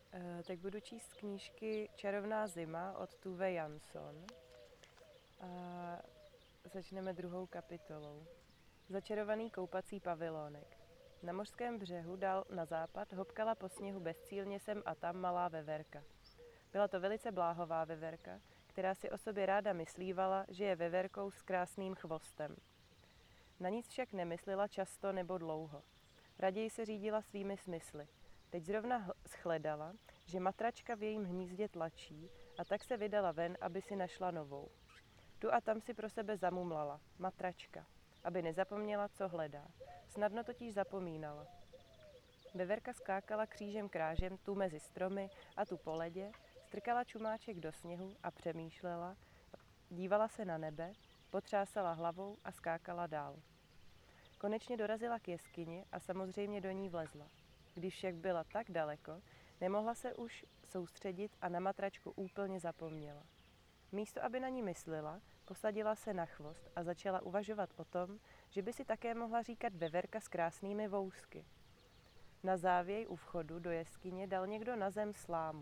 Tak budu číst z knížky Čarovná zima od Tove Jansson. A začneme 2. kapitolou. Začarovaný koupací pavilónek. Na mořském břehu dál na západ hopkala po sněhu bezcílně sem a tam malá veverka. Byla to velice bláhová veverka, která si o sobě ráda myslívala, že je veverkou s krásným chvostem. Na nic však nemyslela často nebo dlouho. Raději se řídila svými smysly. Teď zrovna shledala, že matračka v jejím hnízdě tlačí, a tak se vydala ven, aby si našla novou. Tu a tam si pro sebe zamumlala. Matračka. Aby nezapomněla, co hledá. Snadno totiž zapomínala. Veverka skákala křížem krážem tu mezi stromy a tu po ledě, strkala čumáček do sněhu a přemýšlela, dívala se na nebe, potřásala hlavou a skákala dál. Konečně dorazila k jeskyni a samozřejmě do ní vlezla. Když však byla tak daleko, nemohla se už soustředit a na matračku úplně zapomněla. Místo, aby na ní myslela, posadila se na chvost a začala uvažovat o tom, že by si také mohla říkat veverka s krásnými vousky. Na závěj u vchodu do jeskyně dal někdo na zem slámu.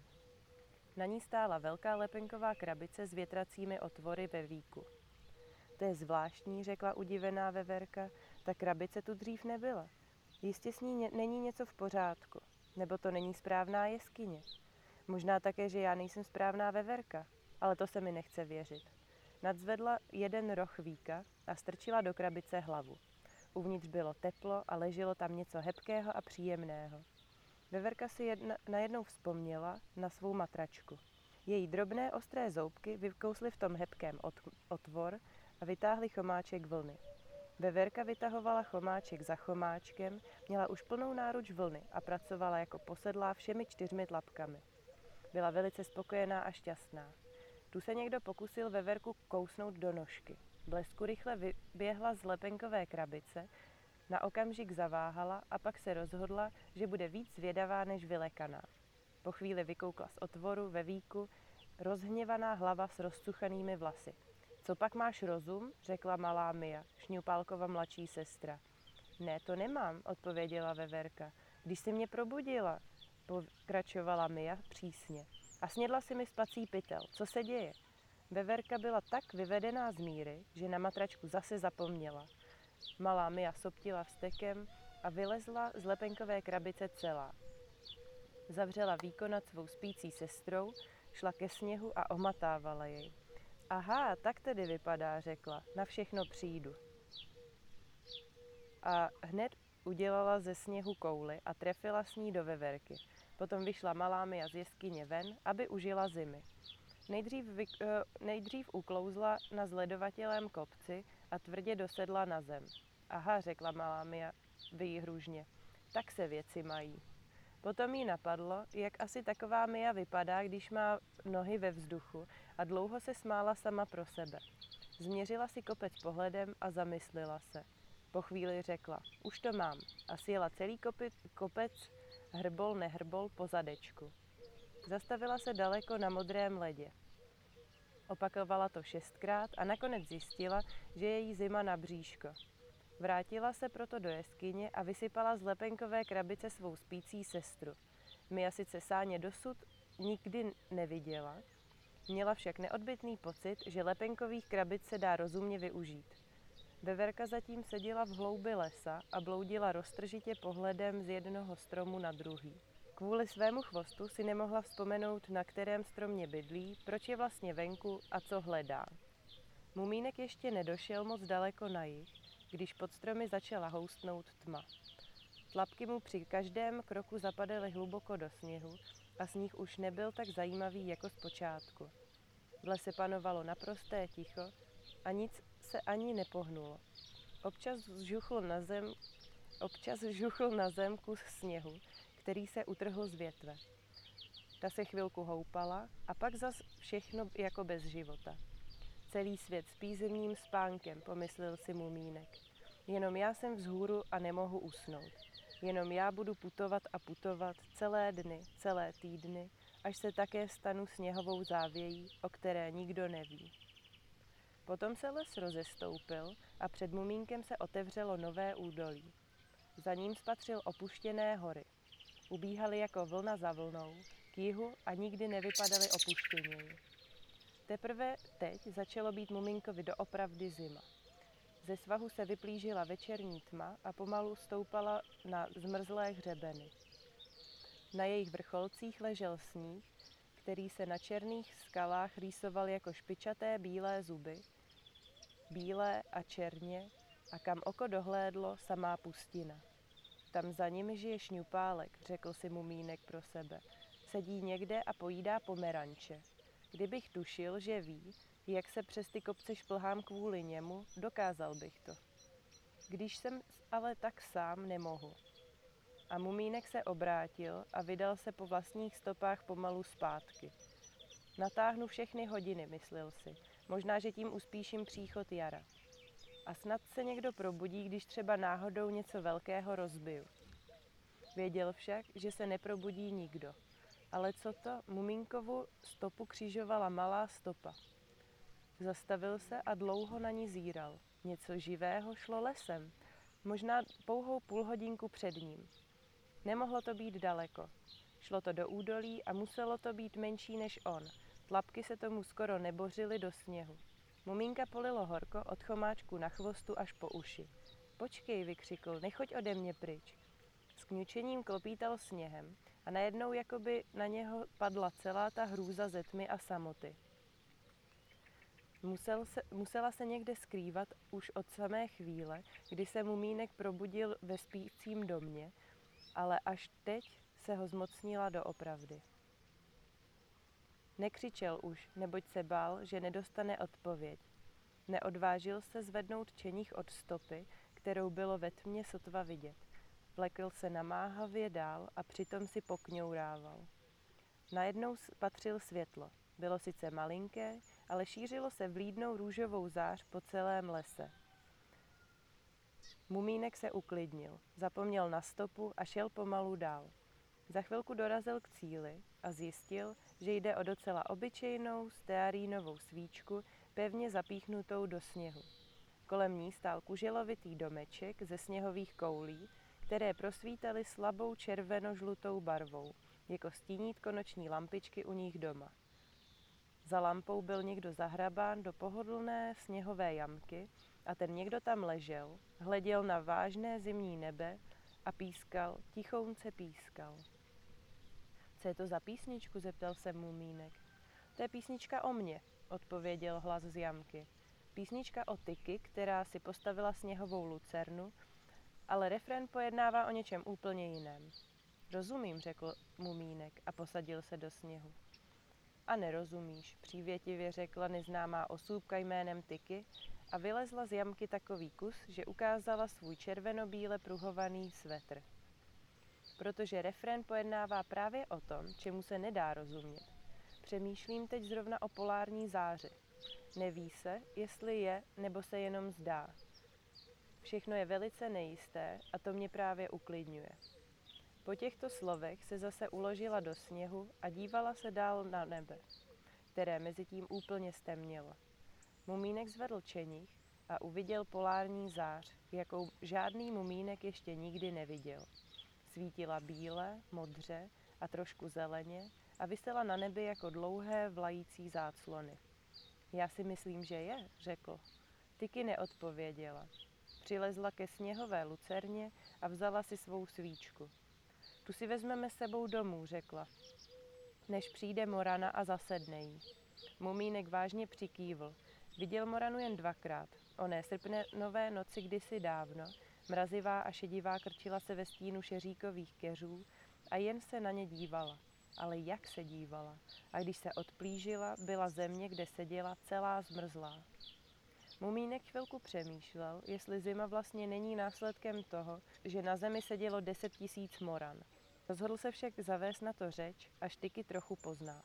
Na ní stála velká lepenková krabice s větracími otvory ve víku. To je zvláštní, řekla udivená veverka, ta krabice tu dřív nebyla. Jistě s ní není něco v pořádku, nebo to není správná jeskyně. Možná také, že já nejsem správná veverka, ale to se mi nechce věřit. Nadzvedla jeden roh víka a strčila do krabice hlavu. Uvnitř bylo teplo a leželo tam něco hebkého a příjemného. Veverka si najednou vzpomněla na svou matračku. Její drobné ostré zoubky vykously v tom hebkém otvor a vytáhly chomáček vlny. Veverka vytahovala chomáček za chomáčkem, měla už plnou náruč vlny a pracovala jako posedlá všemi 4 tlapkami. Byla velice spokojená a šťastná. Tu se někdo pokusil veverku kousnout do nožky. Blesku rychle vyběhla z lepenkové krabice, na okamžik zaváhala a pak se rozhodla, že bude víc zvědavá než vylekaná. Po chvíli vykoukla z otvoru ve víku rozhněvaná hlava s rozcuchanými vlasy. Co pak máš rozum? Řekla malá Mia, Šňupálkova mladší sestra. Ne, to nemám, odpověděla veverka. Když jsi mě probudila, pokračovala Mia přísně. A snědla si mi spací pytel. Co se děje? Veverka byla tak vyvedená z míry, že na matračku zase zapomněla. Malá Mia soptila vztekem a vylezla z lepenkové krabice celá. Zavřela víko nad svou spící sestrou, šla ke sněhu a omatávala jej. Aha, tak tedy vypadá, řekla, na všechno přijdu. A hned udělala ze sněhu kouli a trefila s ní do veverky. Potom vyšla malá Mia z jeskyně ven, aby užila zimy. Nejdřív uklouzla na zledovatělém kopci a tvrdě dosedla na zem. Aha, řekla malá Mia výhružně, tak se věci mají. Potom jí napadlo, jak asi taková Mia vypadá, když má nohy ve vzduchu a dlouho se smála sama pro sebe. Změřila si kopec pohledem a zamyslela se. Po chvíli řekla, už to mám, a sjela celý kopec hrbol nehrbol po zadečku. Zastavila se daleko na modrém ledě. Opakovala to 6krát a nakonec zjistila, že je jí zima na bříško. Vrátila se proto do jeskyně a vysypala z lepenkové krabice svou spící sestru. Mia sice sáně dosud nikdy neviděla, měla však neodbytný pocit, že lepenkových krabic se dá rozumně využít. Veverka zatím seděla v hloubi lesa a bloudila roztržitě pohledem z jednoho stromu na druhý. Kvůli svému chvostu si nemohla vzpomenout, na kterém stromě bydlí, proč je vlastně venku a co hledá. Mumínek ještě nedošel moc daleko na jih, když pod stromy začala houstnout tma. Tlapky mu při každém kroku zapadaly hluboko do sněhu a sníh už nebyl tak zajímavý jako zpočátku. V lese panovalo naprosté ticho a nic se ani nepohnulo. Občas žuchl na zem kus sněhu, který se utrhl z větve. Ta se chvilku houpala a pak zas všechno jako bez života. Celý svět spí zimním spánkem, pomyslel si mumínek. Jenom já jsem vzhůru a nemohu usnout. Jenom já budu putovat a putovat celé dny, celé týdny, až se také stanu sněhovou závějí, o které nikdo neví. Potom se les rozestoupil a před mumínkem se otevřelo nové údolí. Za ním spatřil opuštěné hory. Ubíhali jako vlna za vlnou k jihu a nikdy nevypadaly opuštěněji. Teprve teď začalo být Mumínkovi doopravdy zima. Ze svahu se vyplížila večerní tma a pomalu stoupala na zmrzlé hřebeny. Na jejich vrcholcích ležel sníh, který se na černých skalách rýsoval jako špičaté bílé zuby, bílé a černě, a kam oko dohlédlo, samá pustina. Tam za nimi žije šňupálek, řekl si Mumínek pro sebe. Sedí někde a pojídá pomeranče. Kdybych tušil, že ví, jak se přes ty kopce šplhám kvůli němu, dokázal bych to. Když jsem ale tak sám, nemohu. A Mumínek se obrátil a vydal se po vlastních stopách pomalu zpátky. Natáhnu všechny hodiny, myslel si. Možná, že tím uspíším příchod jara. A snad se někdo probudí, když třeba náhodou něco velkého rozbiju. Věděl však, že se neprobudí nikdo. Ale co to? Mumínkovu stopu křižovala malá stopa. Zastavil se a dlouho na ní zíral. Něco živého šlo lesem, možná pouhou půlhodinku před ním. Nemohlo to být daleko. Šlo to do údolí a muselo to být menší než on. Tlapky se tomu skoro nebořily do sněhu. Mumínka polilo horko od chomáčku na chvostu až po uši. Počkej, vykřikl, nechoď ode mě pryč. S kňučením klopítal sněhem a najednou jakoby na něho padla celá ta hrůza ze tmy a samoty. Musela se někde skrývat už od samé chvíle, kdy se Mumínek probudil ve spícím domě, ale až teď se ho zmocnila doopravdy. Nekřičel už, neboť se bál, že nedostane odpověď. Neodvážil se zvednout čenich od stopy, kterou bylo ve tmě sotva vidět. Vlekl se namáhavě dál a přitom si pokňourával. Najednou spatřil světlo. Bylo sice malinké, ale šířilo se vlídnou růžovou zář po celém lese. Mumínek se uklidnil, zapomněl na stopu a šel pomalu dál. Za chvilku dorazil k cíli a zjistil, že jde o docela obyčejnou stearínovou svíčku, pevně zapíchnutou do sněhu. Kolem ní stál kuželovitý domeček ze sněhových koulí, které prosvítaly slabou červeno-žlutou barvou, jako stínítko noční lampičky u nich doma. Za lampou byl někdo zahrabán do pohodlné sněhové jamky a ten někdo tam ležel, hleděl na vážné zimní nebe a pískal, tichounce pískal. Co je to za písničku, zeptal se Mumínek. To je písnička o mně, odpověděl hlas z jamky. Písnička o Tyky, která si postavila sněhovou lucernu, ale refrén pojednává o něčem úplně jiném. Rozumím, řekl Mumínek a posadil se do sněhu. A nerozumíš, přívětivě řekla neznámá osůbka jménem Tyky a vylezla z jamky takový kus, že ukázala svůj červenobíle pruhovaný svetr. Protože refrén pojednává právě o tom, čemu se nedá rozumět. Přemýšlím teď zrovna o polární záři. Neví se, jestli je, nebo se jenom zdá. Všechno je velice nejisté a to mě právě uklidňuje. Po těchto slovech se zase uložila do sněhu a dívala se dál na nebe, které mezitím úplně stemnělo. Mumínek zvedl čenich a uviděl polární zář, jakou žádný mumínek ještě nikdy neviděl. Svítila bíle, modře a trošku zeleně a visela na nebi jako dlouhé vlající záclony. Já si myslím, že je, řekl. Tyky neodpověděla. Přilezla ke sněhové lucerně a vzala si svou svíčku. Tu si vezmeme sebou domů, řekla, než přijde Morana a zasedne jí. Mumínek vážně přikývl. Viděl Moranu jen dvakrát. Oné srpnové noci kdysi dávno, mrazivá a šedivá krčila se ve stínu šeříkových keřů a jen se na ně dívala. Ale jak se dívala? A když se odplížila, byla země, kde seděla, celá zmrzlá. Mumínek chvilku přemýšlel, jestli zima vlastně není následkem toho, že na zemi sedělo 10 000 moran. Rozhodl se však zavést na to řeč, až Tyky trochu pozná.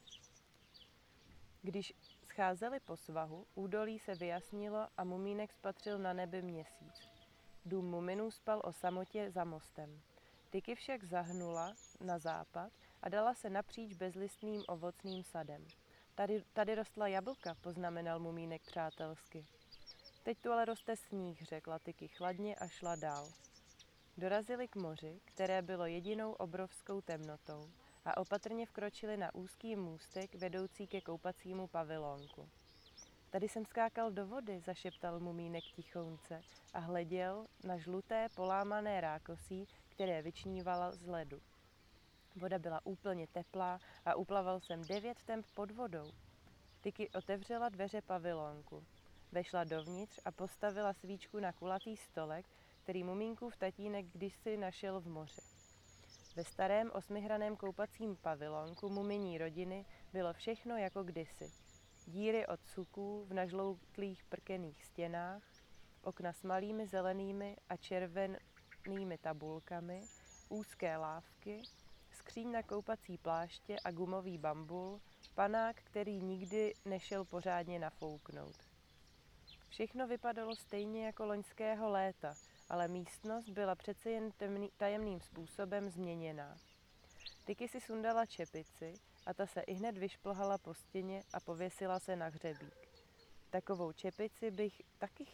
Když scházeli po svahu, údolí se vyjasnilo a Mumínek spatřil na nebi měsíc. Dům Muminů spal o samotě za mostem. Tyky však zahnula na západ a dala se napříč bezlistným ovocným sadem. Tady rostla jablka, poznamenal Mumínek přátelsky. Teď tu ale roste sníh, řekla Tyky chladně a šla dál. Dorazili k moři, které bylo jedinou obrovskou temnotou, a opatrně vkročili na úzký můstek vedoucí ke koupacímu pavilonku. Tady jsem skákal do vody, zašeptal Mumínek tichounce a hleděl na žluté polámané rákosí, které vyčnívala z ledu. Voda byla úplně teplá a uplaval jsem 9 temp pod vodou. Tyky otevřela dveře pavilonku. Vešla dovnitř a postavila svíčku na kulatý stolek, který Mumínkův tatínek kdysi našel v moři. Ve starém 8hraném koupacím pavilonku muminí rodiny bylo všechno jako kdysi. Díry od suků v nažloutlých prkených stěnách, okna s malými zelenými a červenými tabulkami, úzké lávky, skříň na koupací pláště a gumový bambul, panák, který nikdy nešel pořádně nafouknout. Všechno vypadalo stejně jako loňského léta, ale místnost byla přece jen tajemným způsobem změněná. Tyky si sundala čepici a ta se ihned vyšplhala po stěně a pověsila se na hřebík. Takovou čepici bych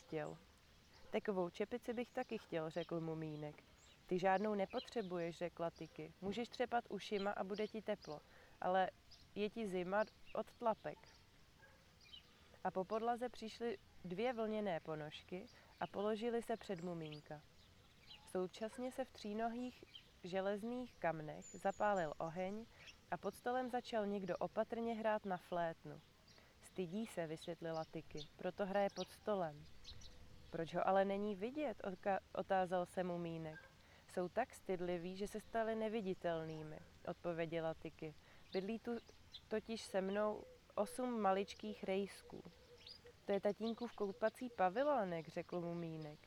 taky chtěl, řekl Mumínek. Ty žádnou nepotřebuješ, řekla Tyky. Můžeš třepat ušima a bude ti teplo, ale je ti zima od tlapek. A po podlaze přišly 2 vlněné ponožky a položili se před Mumínka. Současně se v třínohých železných kamnech zapálil oheň a pod stolem začal někdo opatrně hrát na flétnu. Stydí se, vysvětlila Tyky, proto hraje pod stolem. Proč ho ale není vidět, otázal se Mumínek. Jsou tak stydliví, že se stali neviditelnými, odpověděla Tyky. Bydlí tu totiž se mnou 8 maličkých rejsků. To je tatínkův koupací pavilonek, řekl Mumínek.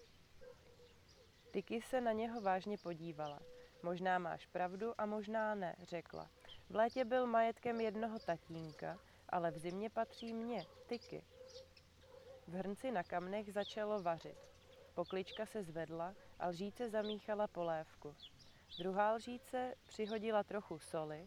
Tyky se na něho vážně podívala. Možná máš pravdu a možná ne, řekla. V létě byl majetkem jednoho tatínka, ale v zimě patří mně, Tyky. V hrnci na kamnech začalo vařit. Poklička se zvedla a lžíce zamíchala polévku. Druhá lžíce přihodila trochu soli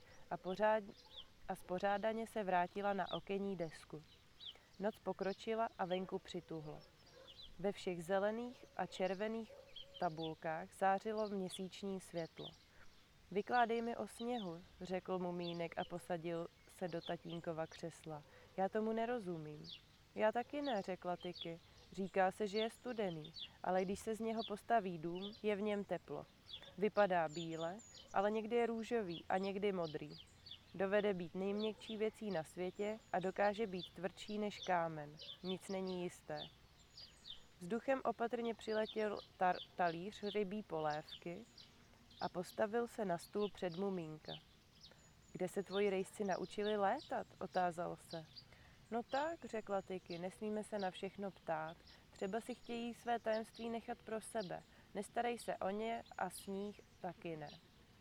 a spořádaně se vrátila na okenní desku. Noc pokročila a venku přituhlo. Ve všech zelených a červených tabulkách zářilo měsíční světlo. Vykládej mi o sněhu, řekl Mumínek a posadil se do tatínkova křesla. Já tomu nerozumím. Já taky ne, řekla Tyky. Říká se, že je studený, ale když se z něho postaví dům, je v něm teplo. Vypadá bíle, ale někdy je růžový a někdy modrý. Dovede být nejměkčí věcí na světě a dokáže být tvrdší než kámen. Nic není jisté. Vzduchem opatrně přiletěl talíř rybí polévky a postavil se na stůl před Mumínka. Kde se tvoji rejsci naučili létat? Otázal se. No tak, řekla Tyky, nesmíme se na všechno ptát. Třeba si chtějí své tajemství nechat pro sebe. Nestarej se o ně a s nich taky ne.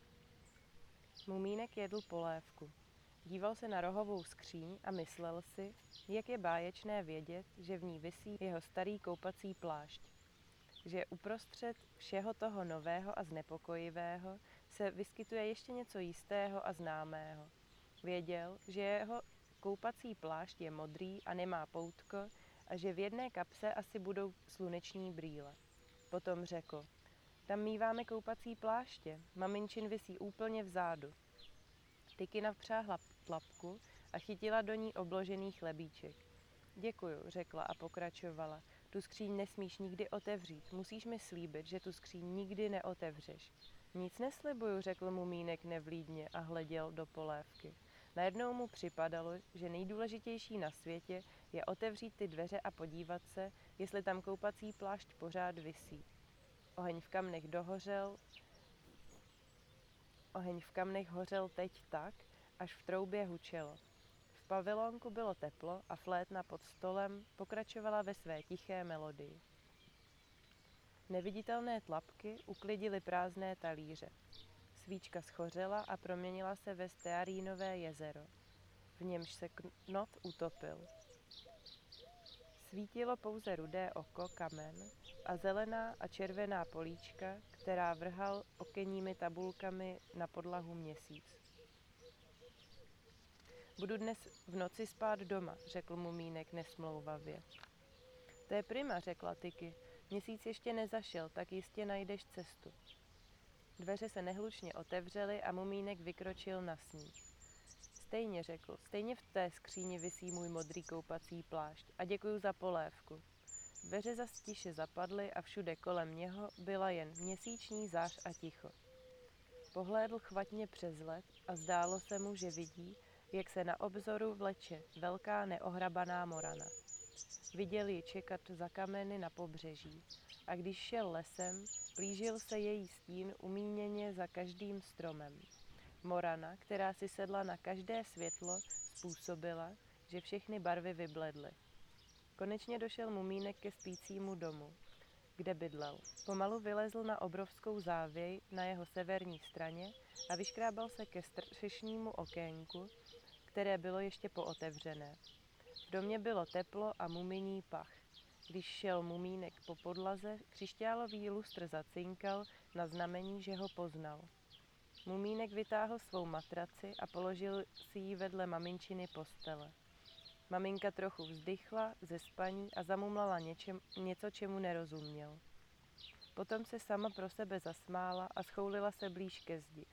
Mumínek jedl polévku. Díval se na rohovou skříň a myslel si, jak je báječné vědět, že v ní visí jeho starý koupací plášť. Že uprostřed všeho toho nového a znepokojivého se vyskytuje ještě něco jistého a známého. Věděl, že jeho koupací plášť je modrý a nemá poutko a že v jedné kapse asi budou sluneční brýle. Potom řekl, tam míváme koupací pláště, maminčin visí úplně vzadu. Tyky napřáhla tlapku a chytila do ní obložený chlebíček. Děkuju, řekla a pokračovala. Tu skříň nesmíš nikdy otevřít. Musíš mi slíbit, že tu skříň nikdy neotevřeš. Nic neslibuju, řekl Mumínek nevlídně a hleděl do polévky. Najednou mu připadalo, že nejdůležitější na světě je otevřít ty dveře a podívat se, jestli tam koupací plášť pořád visí. Oheň v kamnech hořel teď tak, až v troubě hučelo. V pavilonku bylo teplo a flétna pod stolem pokračovala ve své tiché melodii. Neviditelné tlapky uklidily prázdné talíře. Svíčka schořela a proměnila se ve stearínové jezero. V němž se knot utopil. Svítilo pouze rudé oko, kamen a zelená a červená políčka, která vrhal okenními tabulkami na podlahu měsíc. Budu dnes v noci spát doma, řekl Mumínek nesmlouvavě. To je prima, řekla Tyky. Měsíc ještě nezašel, tak jistě najdeš cestu. Dveře se nehlučně otevřely a Mumínek vykročil na sníh. Stejně řekl, stejně v té skříni visí můj modrý koupací plášť a děkuju za polévku. Dveře zas tiše zapadly a všude kolem něho byla jen měsíční zář a ticho. Pohlédl chvatně přes led a zdálo se mu, že vidí, jak se na obzoru vleče velká neohrabaná morana. Viděl ji čekat za kameny na pobřeží a když šel lesem, blížil se její stín umíněně za každým stromem. Morana, která si sedla na každé světlo, způsobila, že všechny barvy vybledly. Konečně došel Mumínek ke spícímu domu, kde bydlel. Pomalu vylezl na obrovskou závěj na jeho severní straně a vyškrábal se ke střešnímu okénku, které bylo ještě pootevřené. V domě bylo teplo a muminí pach. Když šel Mumínek po podlaze, křišťálový lustr zacinkal na znamení, že ho poznal. Mumínek vytáhl svou matraci a položil si ji vedle maminčiny postele. Maminka trochu vzdychla ze spaní a zamumlala něco, čemu nerozuměl. Potom se sama pro sebe zasmála a schoulila se blíž ke zdi.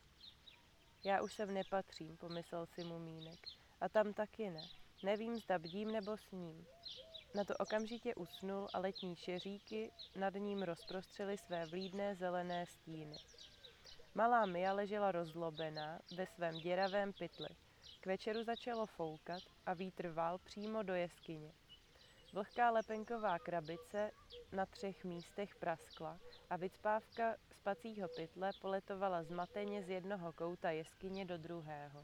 Já už sem nepatřím, pomyslel si Mumínek. A tam taky ne. Nevím, zda bdím nebo sním. Na to okamžitě usnul a letní šeříky nad ním rozprostřely své vlídné zelené stíny. Malá Mia ležela rozzlobená ve svém děravém pytli. K večeru začalo foukat a vítr vál přímo do jeskyně. Vlhká lepenková krabice na 3 místech praskla a vycpávka spacího pytle poletovala zmateně z jednoho kouta jeskyně do druhého.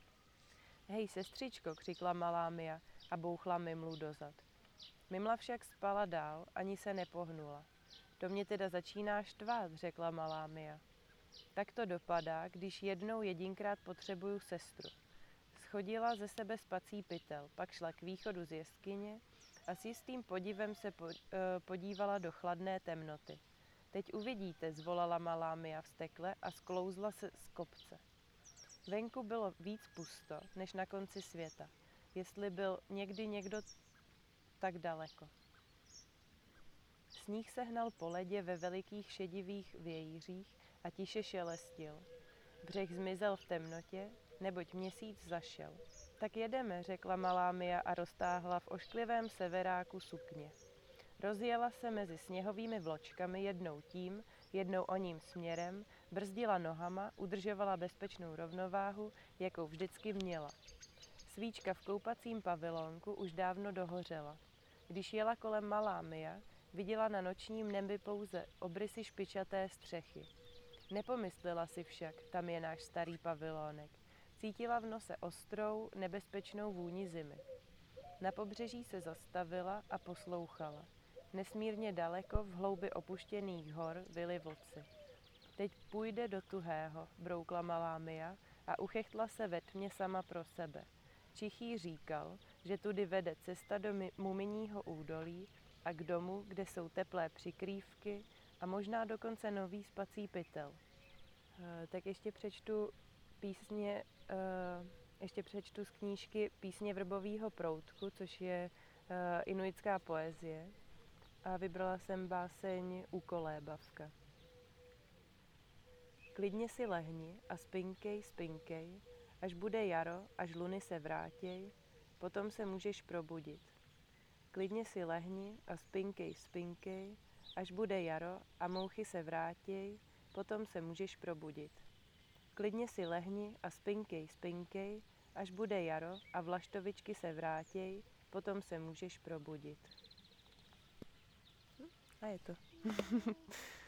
Hej, sestřičko, křikla malá Mia a bouchla Mimlu dozad. Mimla však spala dál, ani se nepohnula. To mě teda začíná štvát, řekla malá Mia. Tak to dopadá, když jedinkrát potřebuju sestru. Schodila ze sebe spací pytel, pak šla k východu z jeskyně a s jistým podivem se podívala do chladné temnoty. Teď uvidíte, zvolala malá Mia vztekle a sklouzla se z kopce. Venku bylo víc pusto, než na konci světa, jestli byl někdy někdo tak daleko. Sníh se hnal po ledě ve velikých šedivých vějířích a tiše šelestil. Břeh zmizel v temnotě, neboť měsíc zašel. Tak jedeme, řekla malá Mia a roztáhla v ošklivém severáku sukně. Rozjela se mezi sněhovými vločkami jednou tím, jednou oním směrem, brzdila nohama, udržovala bezpečnou rovnováhu, jakou vždycky měla. Svíčka v koupacím pavilonku už dávno dohořela. Když jela kolem malá Mia, viděla na nočním nebi pouze obrysy špičaté střechy. Nepomyslela si však, tam je náš starý pavilónek. Cítila v nose ostrou, nebezpečnou vůni zimy. Na pobřeží se zastavila a poslouchala. Nesmírně daleko, v hloubi opuštěných hor, vyli vlci. Teď půjde do tuhého, broukla malá Mia a uchechtla se ve tmě sama pro sebe. Čichý říkal, že tudy vede cesta do muminího údolí a k domu, kde jsou teplé přikrývky a možná dokonce nový spací pytel. Tak ještě přečtu z knížky Písně vrbovýho proutku, což je inuitská poezie. A vybrala jsem báseň Úkolébavka. Klidně si lehni a spinkej, až bude jaro, až luny se vrátěj, potom se můžeš probudit. Klidně si lehni a spinkej, až bude jaro a mouchy se vrátěj, potom se můžeš probudit. Klidně si lehni a spinkej, až bude jaro a vlaštovičky se vrátěj, potom se můžeš probudit. A je to.